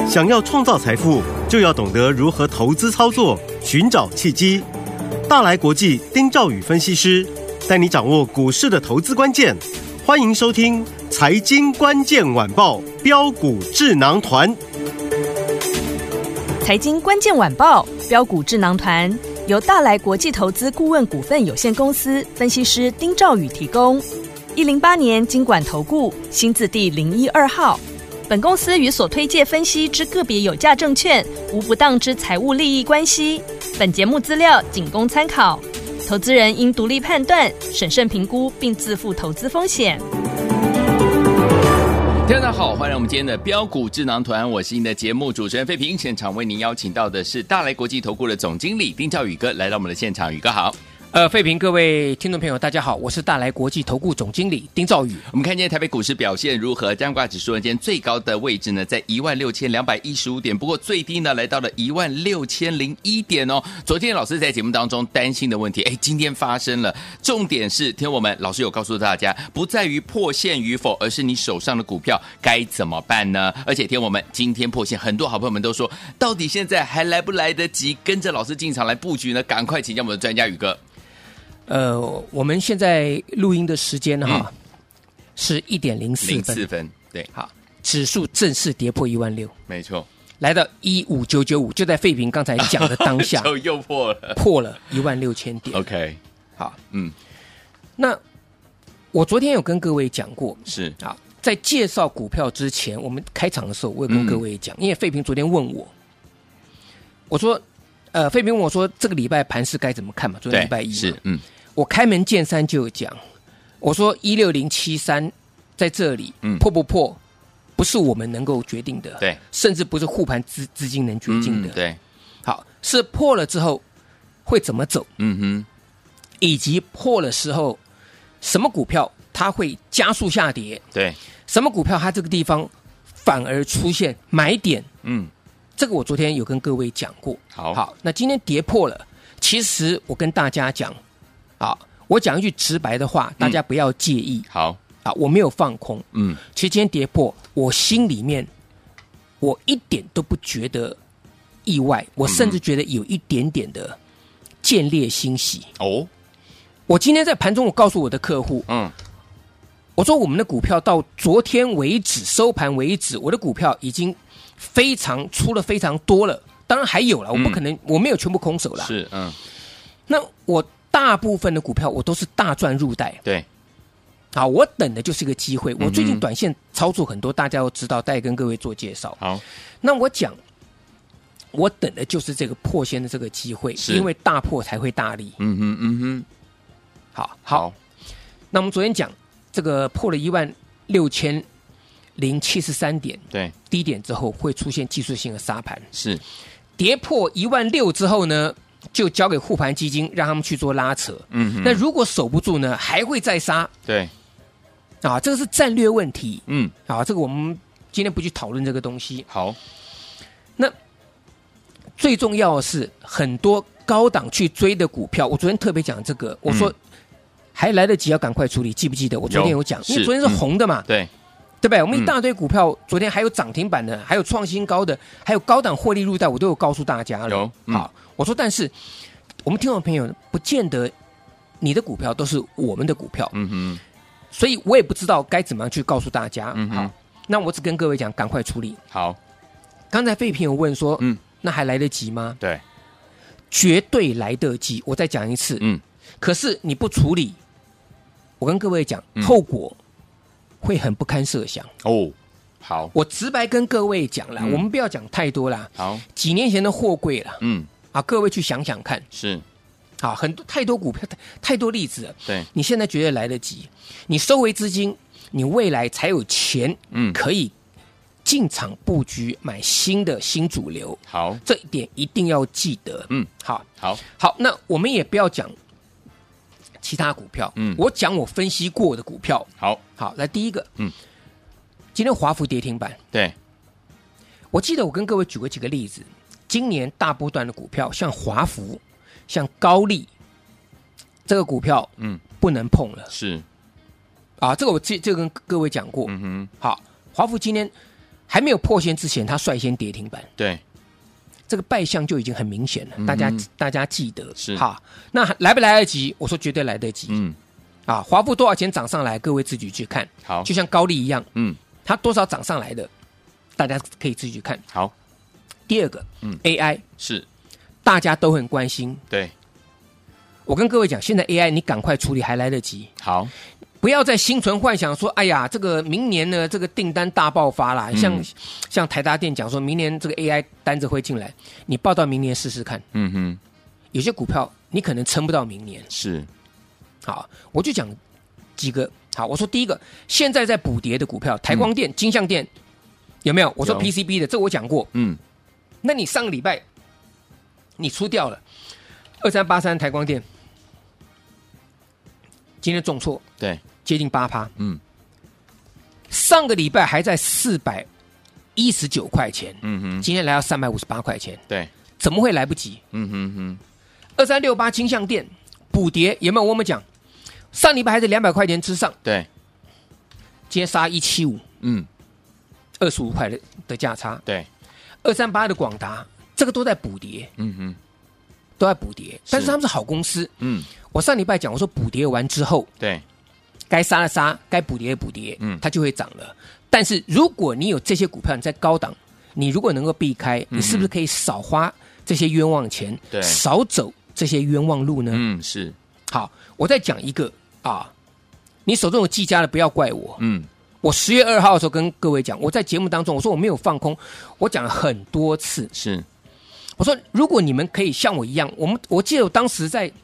想要创造财富，就要懂得如何投资操作，寻找契机。大来国际丁兆宇分析师带你掌握股市的投资关键。欢迎收听《财经关键晚报》标股智囊团。 财经关键晚报标股智囊团由大来国际投资顾问股份有限公司分析师丁兆宇提供。108年金管投顾新字第012号。本公司与所推介分析之个别有价证券无不当之财务利益关系。本节目资料仅供参考，投资人应独立判断、审慎评估并自负投资风险。 大家好，欢迎我们今天的标股智囊团，我是您的节目主持人费平。现场为您邀请到的是大来国际投顾的总经理丁兆宇哥来到我们的现场，宇哥好。 费平，各位听众朋友大家好，我是大来国际投顾总经理丁兆宇。 我们看今天台北股市表现如何？加权指数今天最高的位置呢在16215点，不过最低呢来到了16001点哦。昨天老师在节目当中担心的问题，今天发生了。重点是听我们老师有告诉大家，不在于破线与否，而是你手上的股票该怎么办呢？而且听我们今天破线，很多好朋友们都说，到底现在还来不来得及跟着老师进场来布局呢？赶快请教我们的专家宇哥。 我们现在录音的时间是1点04分， 对， 好，指数正式跌破16000， 没错， 来到15995，就在费平刚才讲的当下， 就又破了16000点。 OK， 好，那我昨天有跟各位讲过， 是啊，在介绍股票之前，我们开场的时候，我有跟各位讲，因为费平昨天问我说，费平问我说，这个礼拜盘势该怎么看嘛？昨天礼拜一是， 我开门见山就有讲，我说16073在这里，破不破不是我们能够决定的， 对， 甚至不是护盘资金能决定的， 对， 好，是破了之后会怎么走，以及破了时候什么股票它会加速下跌， 对， 什么股票它这个地方反而出现买点，这个我昨天有跟各位讲过。好，那今天跌破了，其实我跟大家讲。我讲一句直白的话，大家不要介意。 好我没有放空。其实今天跌破，我心里面我一点都不觉得意外，我甚至觉得有一点点的见猎欣喜。我今天在盘中，我告诉我的客户，我说我们的股票到昨天为止收盘为止，我的股票已经出了非常多了，当然还有了，我不可能，我没有全部空手了。 是， 那我大部分的股票我都是大赚入袋， 对， 好，我等的就是一个机会。我最近短线操作很多，大家都知道，再跟各位做介绍。好，那我讲，我等的就是这个破线的这个机会，因为大破才会大利。好，那我们昨天讲这个破了16073点， 对， 低点之后会出现技术性的杀盘， 是跌破16000之后呢？就交给护盘基金，让他们去做拉扯。那如果守不住呢，还会再杀。 对， 这个是战略问题。这个我们今天不去讨论这个东西。 好， 那最重要的是很多高档去追的股票，我昨天特别讲这个，我说还来得及，要赶快处理，记不记得？我昨天有讲，因为昨天是红的嘛。 对不对？我们一大堆股票，昨天还有涨停板的，还有创新高的，还有高档获利入袋，我都有告诉大家了。好，我说，但是我们听众朋友不见得你的股票都是我们的股票，所以我也不知道该怎么样去告诉大家。好，那我只跟各位讲，赶快处理。 好， 刚才费平有问说，那还来得及吗？ 对， 绝对来得及。我再讲一次，可是你不处理，我跟各位讲，后果会很不堪设想。 好， 我直白跟各位讲了，我们不要讲太多啦。 好， 几年前的货柜了，各位去想想看， 是， 太多股票，太多例子了。 对， 你现在觉得来得及，你收回资金，你未来才有钱，可以进场布局买新主流。 好， 这一点一定要记得。好，那我们也不要讲其他股票，我讲我分析过的股票。好，来第一个，今天华孚跌停板， 对， 我记得我跟各位举过几个例子，今年大波段的股票，像华孚、像高力，这个股票，不能碰了。 是， 这个我跟各位讲过。好，华孚今天还没有破线之前，它率先跌停板， 对， 这个败相就已经很明显了。大家记得是好，那来不来得及？我说绝对来得及。华富多少钱涨上来？各位自己去看。 好， 就像高利一样，它多少涨上来的，大家可以自己去看。 好， 第二个，AI 是大家都很关心。 对， 我跟各位讲，现在 AI 你赶快处理还来得及。 好。 不要再心存幻想说，哎呀，这个明年呢，这个订单大爆发啦。像台达电讲说，明年这个 AI 单子会进来，你报到明年试试看。有些股票你可能撑不到明年。 是， 好，我就讲几个。好，我说第一个，现在在补跌的股票，台光电、金像电有没有？我说 PCB 的，这我讲过。那你上个礼拜你出掉了2383台光电。今天重挫， 对， 接近8%。上个礼拜还在419块钱，今天来到358块钱， 对， 怎么会来不及？2368金像电补跌有没有？我们讲上礼拜还在200块钱之上， 对， 今天杀175， 25块的价差， 对 ，238的广达这个都在补跌，都在补跌，但是他们是好公司，我上礼拜讲，我说补跌完之后， 对， 该杀的杀，该补跌的补跌，它就会涨了。但是如果你有这些股票，你在高档，你如果能够避开，你是不是可以少花这些冤枉钱，少走这些冤枉路呢？ 是。 好，我再讲一个啊，你手中有技嘉的，不要怪我。我10月2号的时候跟各位讲，我在节目当中我说我没有放空，我讲了很多次， 是。 我说如果你们可以像我一样，我记得我当时在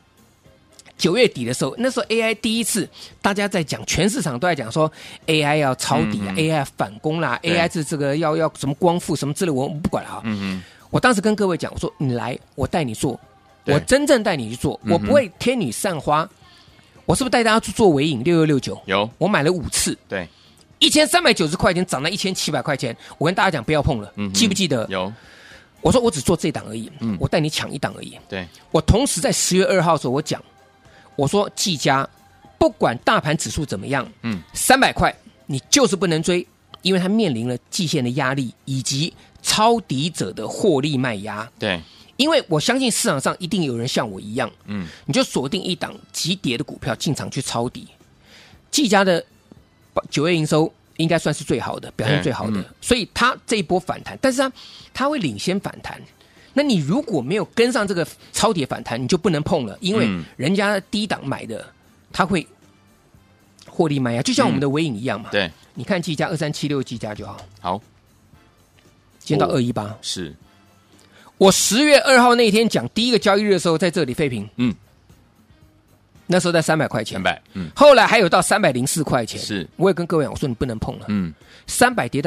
9月底的时候，那时候 AI 第一次，大家在讲，全市场都在讲说 AI 要抄底啊，AI 反攻啦，AI 是这个要什么光伏什么之类，我不管了啊。我当时跟各位讲，我说你来，我带你做，我真正带你去做，我不会天女散花。我是不是带大家去做微影6669？ 有， 我买了5次， 对 ，1390块钱涨到1700块钱，我跟大家讲不要碰了，记不记得？ 有。 我说我只做这档而已，我带你抢一档而已。 对， 我同时在10月2号的时候，我说技嘉不管大盘指数怎么样，300块你就是不能追，因为它面临了季线的压力以及抄底者的获利卖压。 对， 因为我相信市场上一定有人像我一样，你就锁定一档急跌的股票进场去抄底。技嘉的9月营收应该算是最好的，表现最好的，所以它这一波反弹，但是它会领先反弹。那你如果没有跟上这个超跌反弹，你就不能碰了，因为人家低档买的，它会获利卖压，就像我们的微影一样嘛。 对， 你看技嘉2376技嘉就好。 好， 今天到218， 是我10月2号那天讲第一个交易日的时候，在这里废平，那时候在300块钱 ，300， 后来还有到304块钱， 是， 我也跟各位讲，我说你不能碰了，300跌到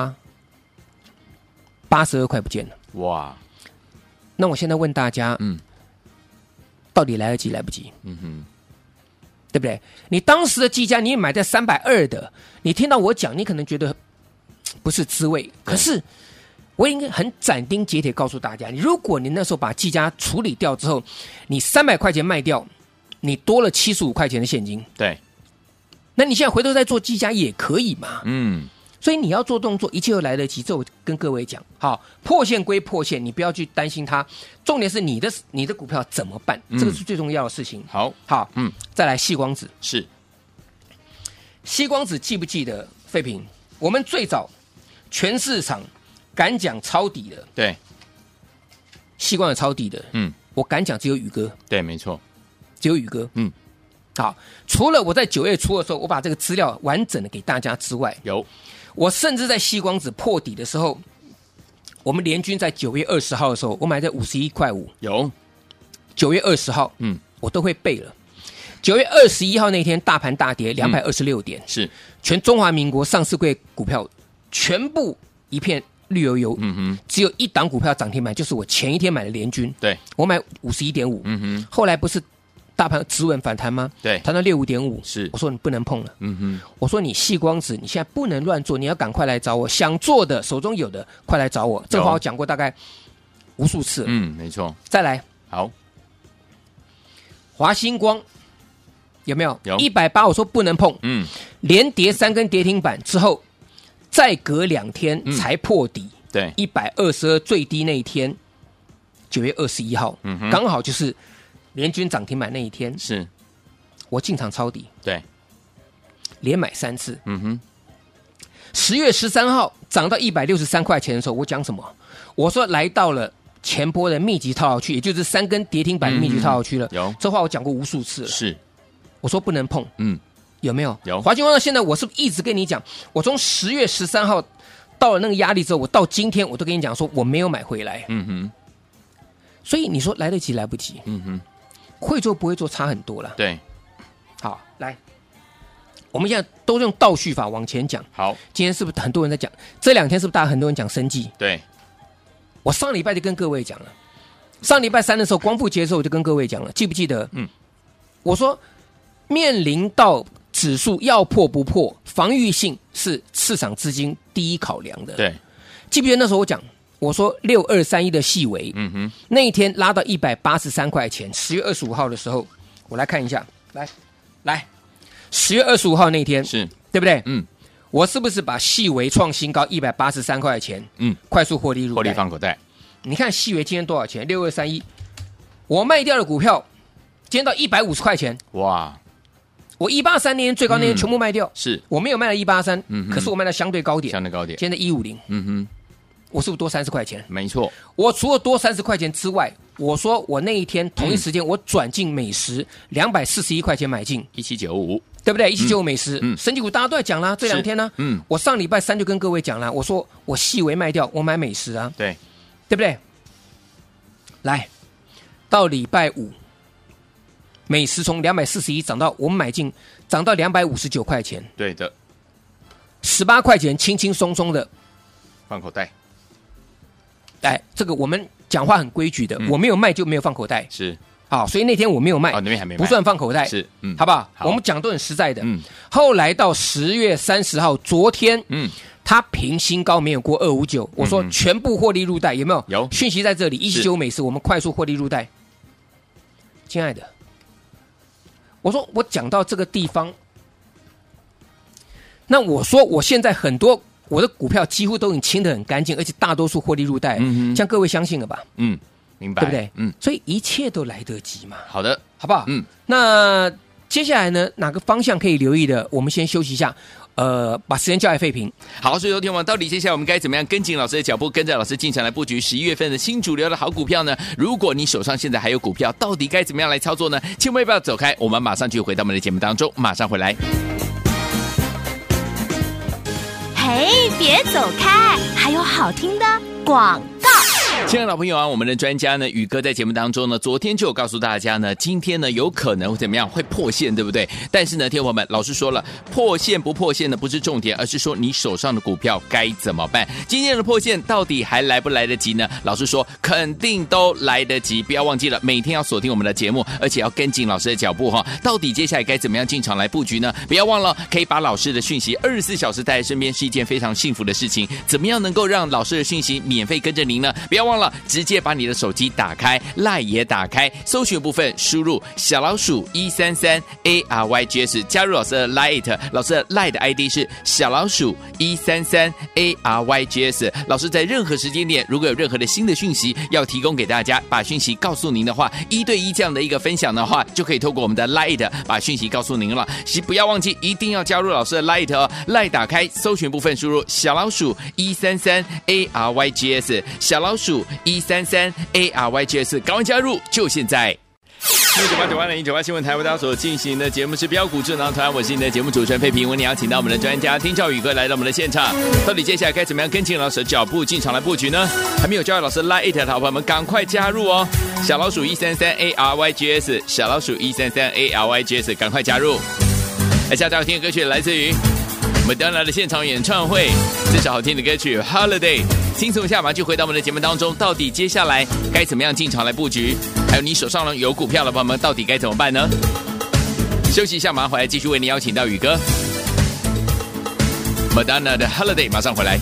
218，82块不见了， 哇！ 那我现在问大家，到底来得及来不及？对不对？你当时的技嘉你也买在320的，你听到我讲，你可能觉得不是滋味，可是我应该很斩钉截铁告诉大家，如果你那时候把技嘉处理掉之后，你300块钱卖掉，你多了75块钱的现金， 对， 那你现在回头再做技嘉也可以嘛？所以你要做动作，一切都来得及。这我跟各位讲，好，破线归破线，你不要去担心它。重点是你的股票怎么办？这个是最重要的事情。 好， 再来矽光子， 是矽光子，记不记得废品？我们最早全市场敢讲抄底的， 对， 矽光有抄底的，我敢讲只有宇哥， 对，没错， 只有宇哥，好，除了我在9月初的时候，我把这个资料完整的给大家之外，我甚至在矽光子破底的时候，我们联军在9月20号的时候，我买在51.5块，有9月20号，我都会背了。9月21号那天大盘大跌226点， 是全中华民国上市柜股票全部一片绿油油，只有一档股票涨停板，就是我前一天买的联军， 对， 我买51.5，后来不是大盘止稳反弹吗？ 对， 弹到65.5， 是， 我说你不能碰了，我说你矽光子，你现在不能乱做，你要赶快来找我，想做的手中有的，快来找我。这话我讲过大概无数次了， 没错。 再来， 好， 华星光有没有？ 有 180，我说不能碰，连跌3根跌停板之后， 再隔2天才破底， 对 ，122最低那一天，9月21号，刚好就是联军涨停板那一天， 是我进场抄底， 对， 连买3次，10月13号涨到163块钱的时候，我讲什么？我说来到了前波的密集套牢区，也就是3根跌停板的密集套牢区了。 有这话我讲过无数次了。 是， 我说不能碰。有没有？ 有。 华军光到现在，我是不是一直跟你讲？我从10月13号到了那个压力之后，我到今天我都跟你讲说我没有买回来。所以你说来得及来不及？会做不会做差很多了。 对。 好，来，我们现在都用倒叙法往前讲。 好， 今天是不是很多人在讲？这2天是不是大家很多人讲生技？ 对。 我上礼拜就跟各位讲了，上礼拜3的时候，光复节的时候我就跟各位讲了，记不记得？我说面临到指数要破不破，防御性是市场资金第一考量的。 对， 记不记得那时候我讲，我说6231的细微，那一天拉到183块钱，10月25号的时候，我来看一下，来，10月25号那天是对不对？我是不是把细微创新高183块钱，快速获利入袋， 获利放口袋？ 你看细微今天多少钱？6231，我卖掉的股票，今天到150块钱， 哇！ 我183年最高那天全部卖掉， 是我没有卖到183，可是我卖到相对高点， 相对高点， 今天的150，我是不是多30块钱？ 没错， 我除了多30块钱之外，我说我那一天同一时间我转进美食241块钱买进 1795， 对不对？1795美食，生技股大家都在讲啦，这2天呢，我上礼拜3就跟各位讲啦，我说我细微卖掉，我买美食啊， 对不对？来到礼拜5。美食从241涨到我们买进，涨到259块钱， 对的 ，18块钱轻轻松松的放口袋。 哎，这个我们讲话很规矩的，我没有卖就没有放口袋， 是， 好，所以那天我没有卖， 那边还没卖， 不算放口袋， 是， 好不好？ 好， 我们讲都很实在的。后来到10月30号，昨天，它平新高没有过259，我说全部获利入袋，有没有？ 有， 讯息在这里，1795美食，我们快速获利入袋，亲爱的。我说我讲到这个地方，那我说我现在很多我的股票几乎都已经清得很干净，而且大多数获利入袋，这样各位相信了吧？ 明白， 对不对？所以一切都来得及嘛。 好的， 好不好？那接下来呢，哪个方向可以留意的？我们先休息一下。把时间交给废品。 好，所以有听我到底接下来我们该怎么样跟紧老师的脚步，跟着老师进场来布局11月份的新主流的好股票呢？如果你手上现在还有股票，到底该怎么样来操作呢？千万不要走开，我们马上就回到我们的节目当中，马上回来。 嘿，别走开，还有好听的广告。 亲爱的老朋友啊，我们的专家呢，宇哥在节目当中呢，昨天就有告诉大家呢，今天呢有可能会怎么样，会破线，对不对？但是呢，听众朋友们，老师说了，破线不破线呢不是重点，而是说你手上的股票该怎么办？今天的破线到底还来不来得及呢？老师说肯定都来得及，不要忘记了，每天要锁定我们的节目，而且要跟紧老师的脚步哈。到底接下来该怎么样进场来布局呢？不要忘了，可以把老师的讯息24小时带在身边，是一件非常幸福的事情。怎么样能够让老师的讯息免费跟着您呢？不要忘了。直接把你的手机打开 LINE 也打开，搜寻部分输入小老鼠133 ARYGS， 加入老师的 LINE， 老师的 LINE 的 ID 是小老鼠133 ARYGS。 老师在任何时间点如果有任何的新的讯息要提供给大家，把讯息告诉您的话，1对1这样的一个分享的话，就可以透过我们的 LINE 把讯息告诉您了。不要忘记一定要加入老师的 LINE 哦， LINE 打开搜寻部分输入小老鼠133 ARYGS， 小老鼠133 ARYGS， 赶快加入，就现在！9891098新闻台为大家所进行的节目是标股智囊团，我是你的节目主持人费平。为你邀请到我们的专家丁兆宇哥来到我们的现场，到底接下来该怎么样跟进老师的脚步进场来布局呢？还没有加入老师 LINE 的好朋友们，赶快加入哦！小老鼠133 ARYGS， 小老鼠133 ARYGS， 赶快加入！来，下要听的歌曲来自于Madonna 的现场演唱会，这首好听的歌曲 Holiday。轻松一下，马上就回到我们的节目当中，到底接下来该怎么样进场来布局？还有你手上有股票的朋友们，到底该怎么办呢？休息一下，马上回来继续为你邀请到宇哥 Madonna 的 Holiday， 马上回来。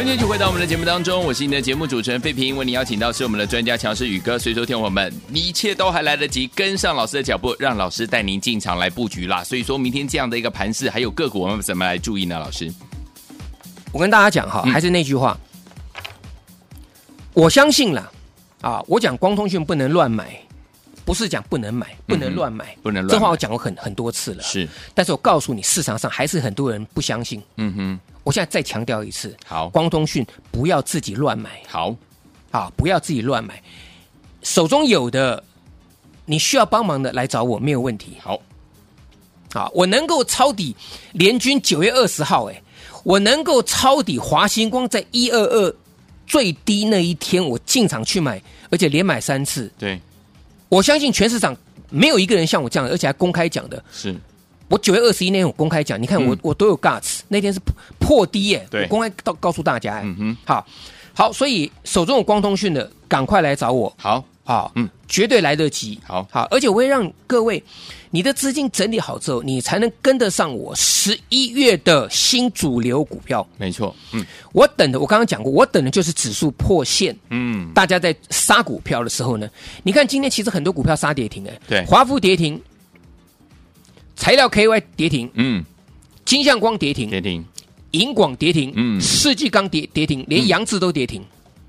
欢迎继续回到我们的节目当中，我是你的节目主持人费平，为你邀请到是我们的专家强势宇哥，所以说听我们，你一切都还来得及，跟上老师的脚步，让老师带您进场来布局啦。所以说明天这样的一个盘势，还有个股，我们怎么来注意呢？老师， 我跟大家讲哈，还是那句话，我相信啦，我讲光通讯不能乱买，不是讲不能买，不能乱买， 不能乱买， 这话我讲过很多次了， 是， 但是我告诉你，市场上还是很多人不相信，我现在再强调一次， 好， 光通讯不要自己乱买， 好， 不要自己乱买，手中有的，你需要帮忙的来找我没有问题， 好， 我能够抄底联军9月20号，我能够抄底华星光在122最低那一天，我进场去买，而且连买3次， 对， 我相信全市场没有一个人像我这样，而且还公开讲的， 是。 我9月21那天我公开讲，你看我都有 guts， 那天是破低耶， 对， 我公开告诉大家，好，所以手中有光通讯的，赶快来找我， 好， 绝对来得及，好，而且我会让各位，你的资金整理好之后，你才能跟得上我11月的新主流股票， 没错， 我等的，我刚刚讲过，我等的就是指数破线，大家在杀股票的时候呢，你看今天其实很多股票杀跌停， 对， 华孚跌停。材料 KY 跌停，金相光跌停，银广跌停，世纪钢跌停，连扬智都跌停，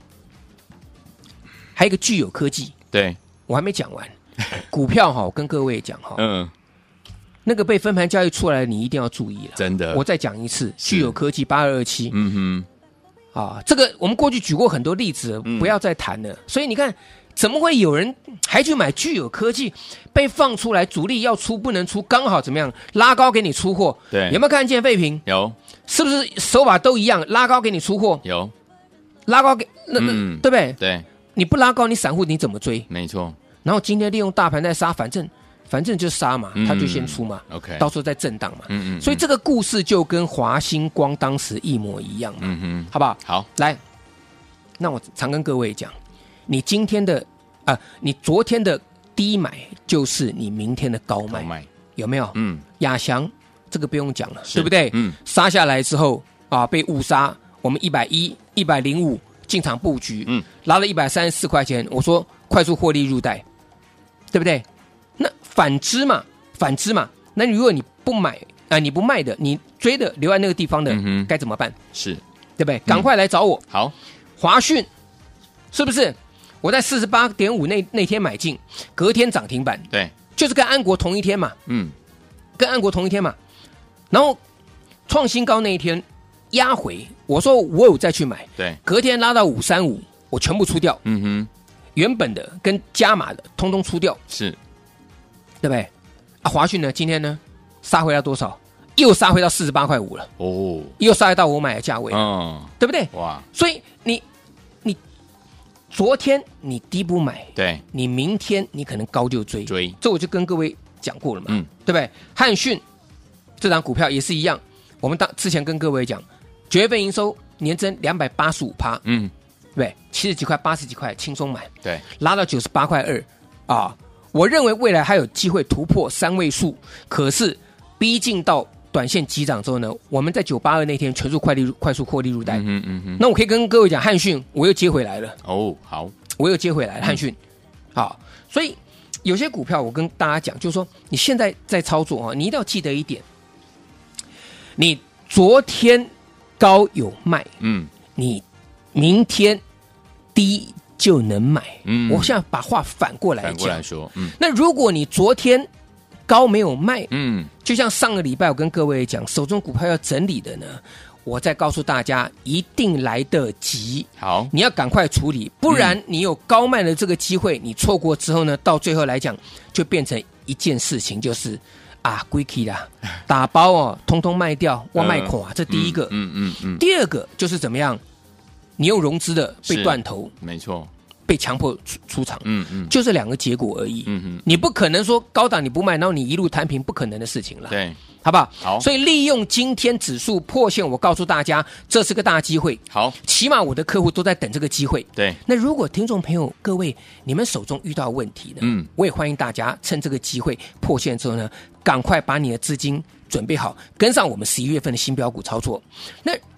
还有一个具有科技， 对， 我还没讲完，股票我跟各位讲那个被分盘交易出来的，你一定要注意了， 真的， 我再讲一次，具有科技8227，这个我们过去举过很多例子，不要再谈了，所以你看。怎么会有人还去买具有科技？被放出来，主力要出不能出，刚好怎么样拉高给你出货？ 对， 有没有看见废品？ 有， 是不是手法都一样？拉高给你出货？ 有， 拉高给那对不对？ 对， 你不拉高，你散户你怎么追？ 没错。 然后今天利用大盘在杀，反正就杀嘛，他就先出嘛 ，OK， 到时候再震荡嘛，所以这个故事就跟华星光当时一模一样嘛，好不好？ 好， 来，那我常跟各位讲。你今天的你昨天的低买就是你明天的高卖，有没有？亚翔这个不用讲了，对不对？杀下来之后被误杀，我们110、105进场布局，拉了134块钱，我说快速获利入袋，对不对？那反之嘛，那如果你不买你不卖的，你追的留在那个地方的，该怎么办？ 是， 对不对？赶快来找我。 好， 华讯是不是？我在48.5那天买进，隔天涨停板， 对， 就是跟安国同一天嘛，跟安国同一天嘛。然后创新高那一天压回，我说我有再去买， 对， 隔天拉到535，我全部出掉，原本的跟加码的通通出掉， 是， 对不对？华讯呢，今天呢杀回到多少？又杀回到48.5块了，又杀回到我买的价位，对不对？哇，所以你昨天你低不买， 对，你明天你可能高就追，这我就跟各位讲过了嘛，对不对？汉讯这档股票也是一样，我们之前跟各位讲，9月份营收年增285%，对不对？70几块、80几块轻松买， 对， 拉到98.2块我认为未来还有机会突破3位数，可是逼近到短线急涨之后呢，我们在982那天全数快速获利入袋。那我可以跟各位讲，汉讯我又接回来了。 好， 我又接回来了汉讯。好，所以有些股票我跟大家讲，就是说你现在在操作你一定要记得一点，你昨天高有卖，你明天低就能买。我现在把话反过来说， 那如果你昨天高没有卖，就像上个礼拜我跟各位讲，手中股票要整理的呢，我再告诉大家，一定来得及。 好， 你要赶快处理，不然你有高卖的这个机会，你错过之后呢，到最后来讲，就变成一件事情，就是归期啦，打包通通卖掉，我卖空这第一个。第二个就是怎么样，你用融资的被断头， 没错。 被强迫出场，就这两个结果而已。你不可能说高档你不卖，然后你一路摊平，不可能的事情了。 对， 好不好？ 好。 所以利用今天指数破线，我告诉大家，这是个大机会。 好， 起码我的客户都在等这个机会。 对。 那如果听众朋友各位你们手中遇到问题呢？我也欢迎大家趁这个机会破线之后呢，赶快把你的资金准备好，跟上我们11月份的新标股操作。那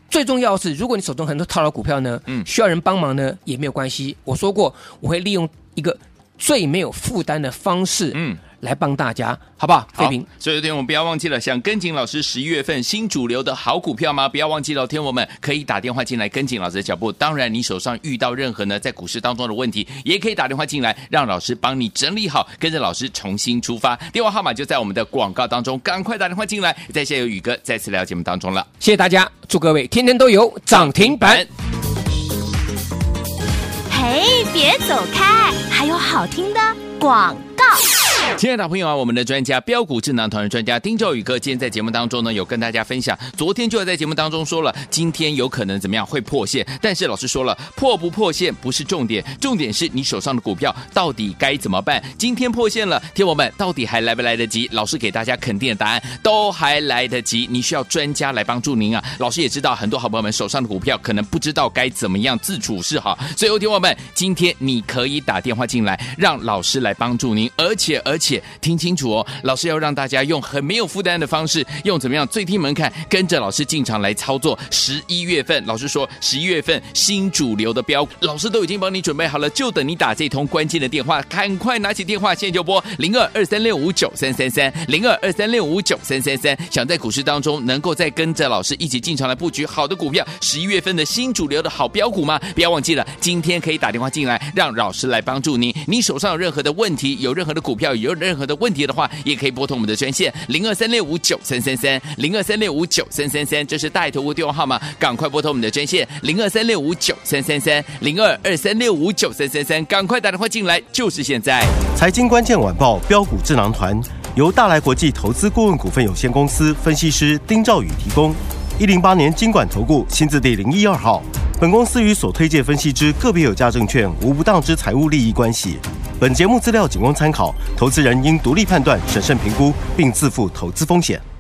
最重要的是，如果你手中很多套牢股票呢，需要人帮忙呢，也没有关系。我说过，我会利用一个最没有负担的方式，来帮大家，好不好？废品。 所以，听我们不要忘记了，想跟紧老师11月份新主流的好股票吗？不要忘记了，听我们可以打电话进来跟紧老师的脚步。当然，你手上遇到任何呢在股市当中的问题，也可以打电话进来，让老师帮你整理好，跟着老师重新出发。电话号码就在我们的广告当中，赶快打电话进来。在线有宇哥再次来到节目当中了， 谢谢大家，祝各位天天都有涨停板。 嘿，别走开，还有好听的广告。 亲爱的朋友啊，我们的专家标股智囊团的专家丁兆宇哥今天在节目当中呢有跟大家分享，昨天就在节目当中说了，今天有可能怎么样会破线，但是老师说了，破不破线不是重点，重点是你手上的股票到底该怎么办。今天破线了，听我们到底还来不来得及？老师给大家肯定的答案，都还来得及。你需要专家来帮助您啊。老师也知道很多好朋友们手上的股票可能不知道该怎么样自处是好，所以听我们今天你可以打电话进来，让老师来帮助您，而且听清楚哦，老师要让大家用很没有负担的方式，用怎么样最低门槛，跟着老师进场来操作。11月份，老师说11月份新主流的标，老师都已经帮你准备好了，就等你打这通关键的电话，赶快拿起电话，现在就拨0223659333 0223659333。想在股市当中能够再跟着老师一起进场来布局好的股票，11月份的新主流的好标股吗？不要忘记了，今天可以打电话进来，让老师来帮助你。你手上有任何的问题，有任何的股票，有任何的问题的话，也可以拨通我们的专线0236593333 0236593333，这是大头屋电话号码，赶快拨通我们的专线0236593333 0223659333，赶快打电话进来，就是现在。 财经关键晚报标股智囊团由大来国际投资顾问股份有限公司分析师丁兆宇提供。108年金管投顾新字第012号。本公司与所推介分析之个别有价证券无不当之财务利益关系。本节目资料仅供参考，投资人应独立判断、审慎评估，并自负投资风险。